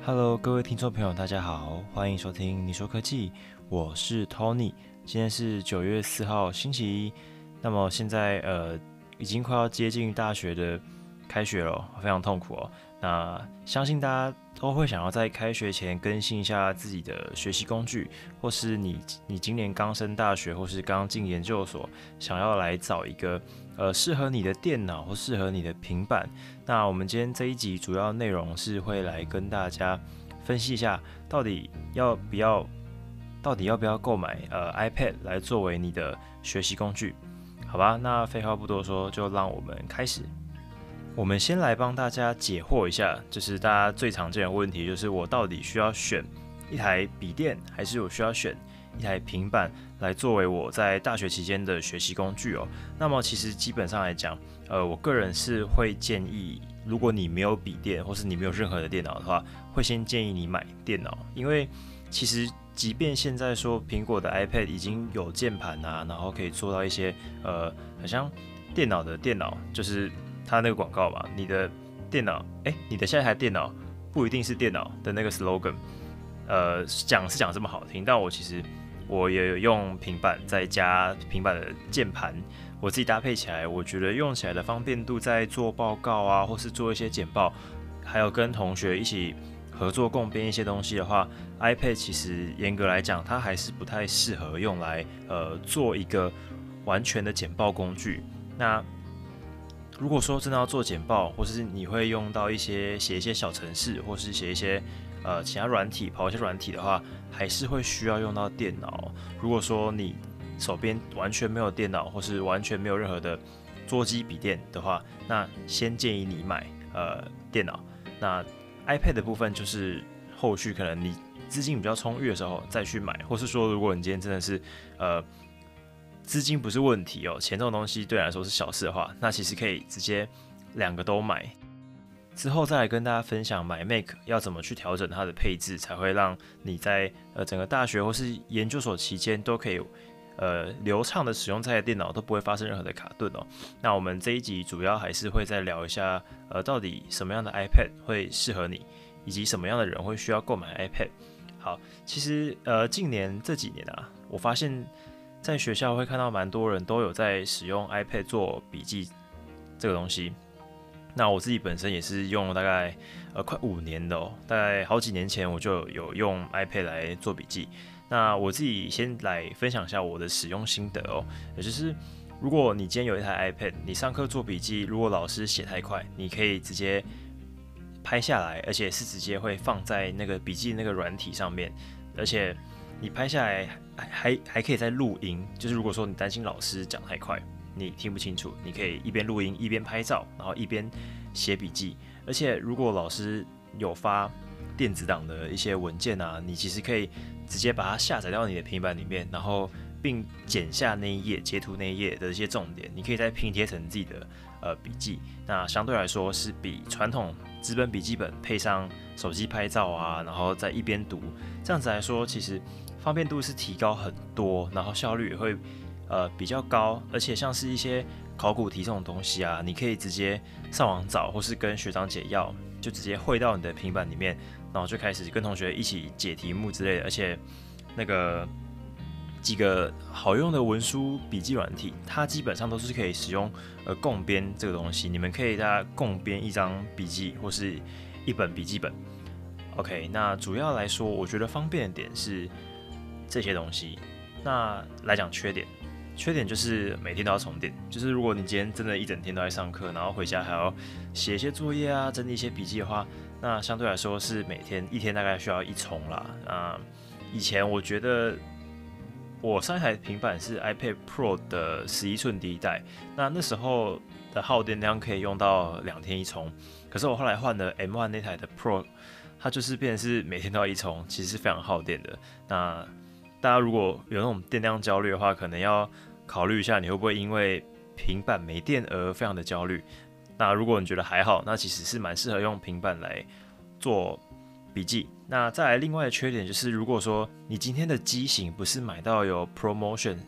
Hello，各位听众朋友，大家好，欢迎收听你说科技，我是 Tony。今天是9月4号，星期一。那么现在已经快要接近大学的开学了，非常痛苦哦。那相信大家都会想要在开学前更新一下自己的学习工具，或是你今年刚升大学，或是刚进研究所，想要来找一个适合你的电脑或适合你的平板。那我们今天这一集主要内容是会来跟大家分析一下，到底要不要购买iPad 来作为你的学习工具？好吧，那废话不多说，就让我们开始。我们先来帮大家解惑一下，就是大家最常见的问题，就是我到底需要选一台笔电，还是我需要选一台平板来作为我在大学期间的学习工具哦？那么其实基本上来讲，我个人是会建议，如果你没有笔电，或是你没有任何的电脑的话，会先建议你买电脑，因为其实即便现在说苹果的 iPad 已经有键盘啊，然后可以做到一些很像电脑的电脑，就是它那个广告嘛，你的电脑，你的下一台电脑不一定是电脑的那个 slogan，讲是讲这么好听，但其实我也有用平板，再加平板的键盘，我自己搭配起来，我觉得用起来的方便度，在做报告啊，或是做一些简报，还有跟同学一起合作共编一些东西的话，iPad 其实严格来讲，它还是不太适合用来做一个完全的简报工具。那如果说真的要做简报，或是你会用到写一些小程式，或是写一些其他软体，跑一些软体的话，还是会需要用到电脑。如果说你手边完全没有电脑，或是完全没有任何的桌机笔电的话，那先建议你买电脑。那 iPad 的部分就是后续可能你资金比较充裕的时候再去买，或是说如果你今天真的是资金不是问题哦，钱这种东西对你来说是小事的话，那其实可以直接两个都买。之后再来跟大家分享买 Mac 要怎么去调整它的配置，才会让你在整个大学或是研究所期间都可以流畅的使用这台电脑，都不会发生任何的卡顿哦。那我们这一集主要还是会再聊一下到底什么样的 iPad 会适合你，以及什么样的人会需要购买 iPad。好，其实近年这几年啊，我发现在学校会看到蛮多人都有在使用 iPad 做笔记这个东西。那我自己本身也是用了大概快5年的哦，大概好几年前我就有用 iPad 来做笔记。那我自己先来分享一下我的使用心得哦，也就是如果你今天有一台 iPad， 你上课做笔记，如果老师写太快，你可以直接拍下来，而且是直接会放在那个笔记那个软体上面，而且你拍下来还可以再录音，就是如果说你担心老师讲太快，你听不清楚，你可以一边录音一边拍照，然后一边写笔记。而且如果老师有发电子档的一些文件啊，你其实可以直接把它下载到你的平板里面，然后并剪下那一页、截图那一页的一些重点，你可以再拼贴成自己的笔记。那相对来说是比传统纸本笔记本配上手机拍照啊，然后再一边读，这样子来说，其实方便度是提高很多，然后效率也会比较高，而且像是一些考古题这种东西啊，你可以直接上网找，或是跟学长姐要，就直接汇到你的平板里面，然后就开始跟同学一起解题目之类的。而且那个几个好用的文书笔记软体，它基本上都是可以使用共编这个东西，你们可以大家共编一张笔记或是一本笔记本。OK， 那主要来说，我觉得方便的点是这些东西。那来讲缺点，缺点就是每天都要充电，就是如果你今天真的一整天都在上课，然后回家还要写一些作业啊，整理一些笔记的话，那相对来说是一天大概需要1充啦。以前我觉得我上一台平板是 iPad Pro 的11寸第一代，那时候的耗电量可以用到2天1充，可是我后来换了 M1 那台的 Pro， 它就是变成是每天都要1充，其实是非常耗电的。那大家如果有那种电量焦虑的话，可能要考虑一下，你会不会因为平板没电而非常的焦虑。那如果你觉得还好，那其实是蛮适合用平板来做笔记。那再来另外的缺点就是，如果说你今天的机型不是买到有 ProMotion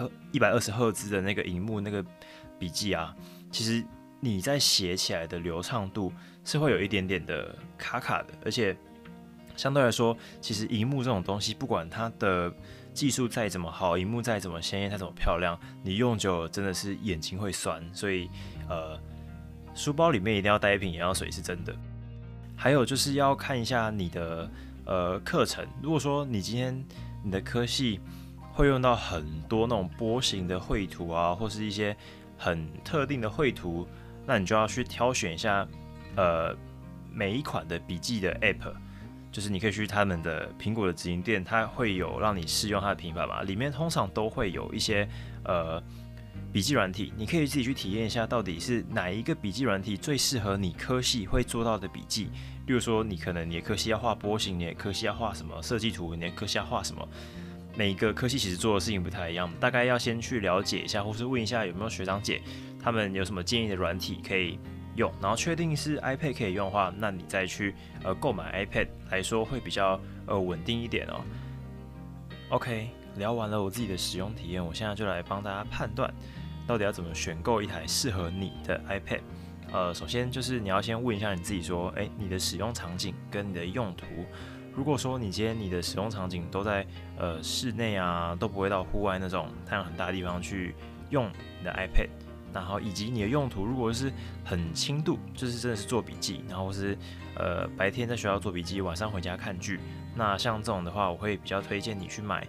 120赫兹的那个萤幕那个笔记啊，其实你在写起来的流畅度是会有一点点的卡卡的，而且相对来说，其实荧幕这种东西，不管它的技术再怎么好，荧幕再怎么鲜艳，再怎么漂亮，你用久了真的是眼睛会酸。所以，书包里面一定要带一瓶眼药水是真的。还有就是要看一下你的课程，如果说你今天你的科系会用到很多那种波形的绘图啊，或是一些很特定的绘图，那你就要去挑选一下，每一款的笔记的 App。就是你可以去他们的苹果的直营店，它会有让你试用它的平板嘛，里面通常都会有一些笔记软体，你可以自己去体验一下，到底是哪一个笔记软体最适合你科系会做到的笔记。例如说，你可能你的科系要画波形，你的科系要画什么设计图，你的科系要画什么，每一个科系其实做的事情不太一样，大概要先去了解一下，或是问一下有没有学长姐他们有什么建议的软体可以用，然后确定是 iPad 可以用的话，那你再去购买 iPad 来说会比较稳定一点哦。OK， 聊完了我自己的使用体验，我现在就来帮大家判断到底要怎么选购一台适合你的 iPad。首先就是你要先问一下你自己说，你的使用场景跟你的用途。如果说你今天你的使用场景都在室内啊，都不会到户外那种太阳很大的地方去用你的 iPad。然后以及你的用途，如果是很轻度，就是真的是做笔记，然后是白天在学校做笔记，晚上回家看剧，那像这种的话，我会比较推荐你去买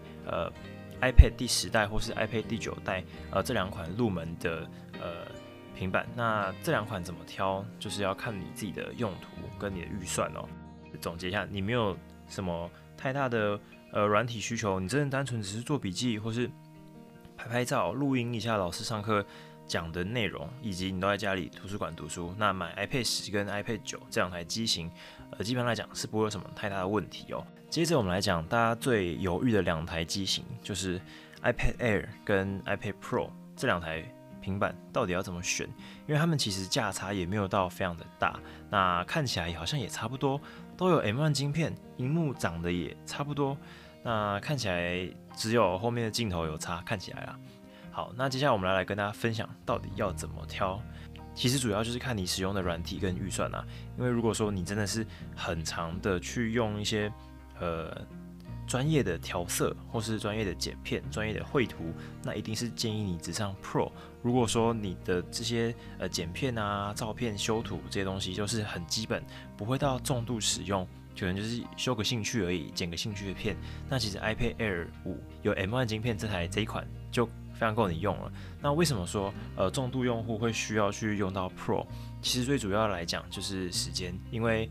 iPad 第10代或是 iPad 第9代这两款入门的平板。那这两款怎么挑，就是要看你自己的用途跟你的预算哦。总结一下，你没有什么太大的软体需求，你真的单纯只是做笔记或是拍照、录音一下老师上课讲的内容，以及你都在家里图书馆读书，那买 iPad 10跟 iPad 9这两台机型，基本上来讲是不会有什么太大的问题哦。接着我们来讲大家最犹豫的两台机型，就是 iPad Air 跟 iPad Pro 这两台平板到底要怎么选？因为它们其实价差也没有到非常的大，那看起来好像也差不多，都有 M1 晶片，萤幕长得也差不多，那看起来只有后面的镜头有差，看起来啦。好，那接下来我们来跟大家分享到底要怎么挑。其实主要就是看你使用的软体跟预算啊。因为如果说你真的是很常的去用一些专业的调色，或是专业的剪片、专业的绘图，那一定是建议你直上 Pro。如果说你的这些剪片啊、照片修图这些东西就是很基本，不会到重度使用，可能就是修个兴趣而已，剪个兴趣的片，那其实 iPad Air 5有 M1 晶片这一款就非常够你用了。那为什么说重度用户会需要去用到 Pro？ 其实最主要来讲就是时间，因为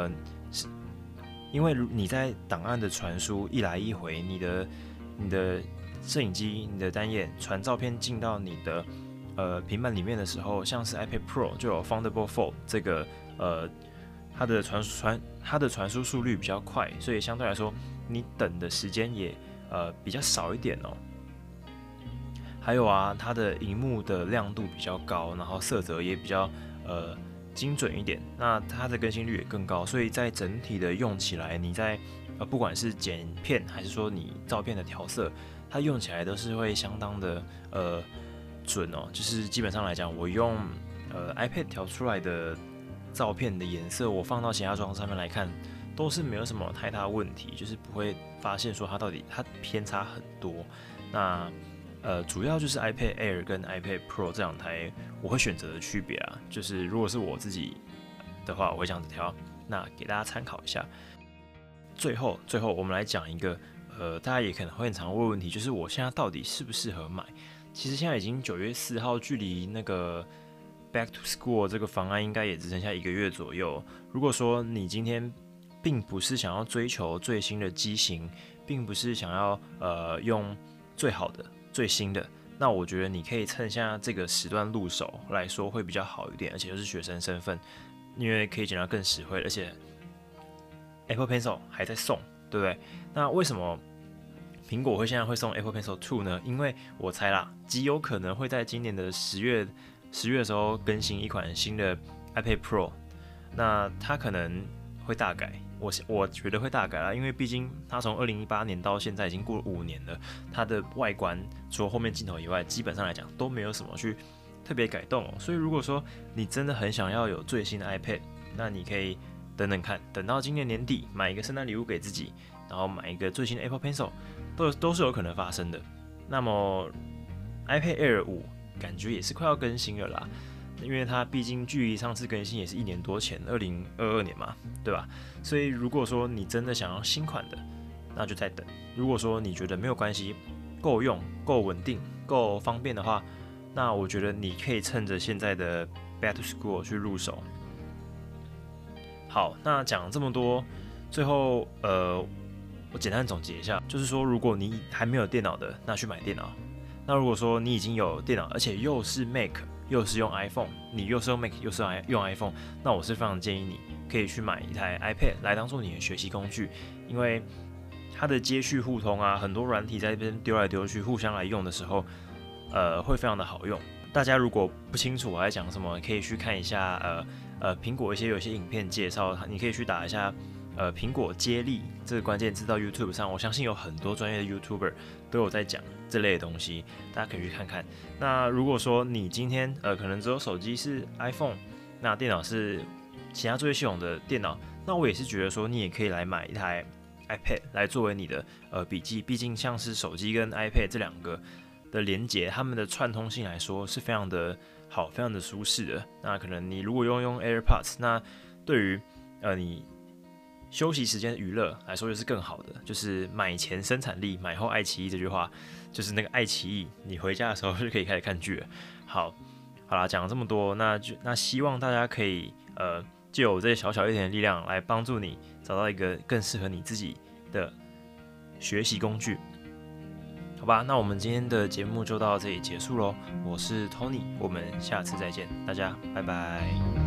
你在档案的传输一来一回，你的摄影机、你的单眼传照片进到你的平板里面的时候，像是 iPad Pro 就有 Thunderbolt 4这个它的传输速率比较快，所以相对来说你等的时间也比较少一点哦。还有啊，它的萤幕的亮度比较高，然后色泽也比较精准一点，那它的更新率也更高，所以在整体的用起来，你在不管是剪片还是说你照片的调色，它用起来都是会相当的准哦。就是基本上来讲，我用iPad 调出来的照片的颜色，我放到其他装置上面来看，都是没有什么太大问题，就是不会发现说它偏差很多。那主要就是 iPad Air 跟 iPad Pro 这两台我会选择的区别啊，就是如果是我自己的话，我会这样子挑，那给大家参考一下。最后我们来讲一个大家也可能会很常问问题，就是我现在到底适不适合买？其实现在已经9月4号，距离那个 Back to School 这个方案应该也只剩下1个月左右。如果说你今天并不是想要追求最新的机型，并不是想要用最好的最新的，那我觉得你可以趁下这个时段入手来说会比较好一点，而且又是学生身份，因为可以捡到更实惠，而且 Apple Pencil 还在送，对不对？那为什么苹果现在会送 Apple Pencil 2呢？因为我猜啦，极有可能会在今年的10月的时候更新一款新的 iPad Pro， 那它可能会大改。我觉得会大改啦，因为毕竟它从2018年到现在已经过了5年了，它的外观除了后面镜头以外，基本上来讲都没有什么去特别改动哦。所以如果说你真的很想要有最新的 iPad， 那你可以等等看，等到今年年底买一个圣诞礼物给自己，然后买一个最新的 Apple Pencil，都是有可能发生的。那么 iPad Air 5感觉也是快要更新了啦，因为它毕竟距离上次更新也是1年多前，2022年嘛，对吧？所以如果说你真的想要新款的，那就再等。如果说你觉得没有关系，够用、够稳定、够方便的话，那我觉得你可以趁着现在的 Back to School 去入手。好，那讲了这么多，最后我简单总结一下，就是说，如果你还没有电脑的，那去买电脑。那如果说你已经有电脑，而且又是 Mac， 又是用 iPhone， 你又是用 Mac 又是用 iPhone， 那我是非常建议你可以去买一台 iPad 来当做你的学习工具，因为它的接续互通啊，很多软体在这边丢来丢去，互相来用的时候，会非常的好用。大家如果不清楚我在讲什么，可以去看一下苹果有些影片介绍，你可以去打一下苹果接力这个关键字到 YouTube 上，我相信有很多专业的 YouTuber 都有在讲这类的东西，大家可以去看看。那如果说你今天可能只有手机是 iPhone， 那电脑是其他作业系统的电脑，那我也是觉得说你也可以来买一台 iPad 来作为你的笔记，毕竟像是手机跟 iPad 这两个的连接，它们的串通性来说是非常的好，非常的舒适的。那可能你如果用 AirPods， 那对于你休息时间的娱乐来说就是更好的，就是买前生产力，买后爱奇艺这句话，就是那个爱奇艺，你回家的时候就可以开始看剧了。好啦，讲了这么多，那希望大家可以就有这小小一点的力量来帮助你找到一个更适合你自己的学习工具。好吧，那我们今天的节目就到这里结束咯。我是 Tony， 我们下次再见，大家拜拜。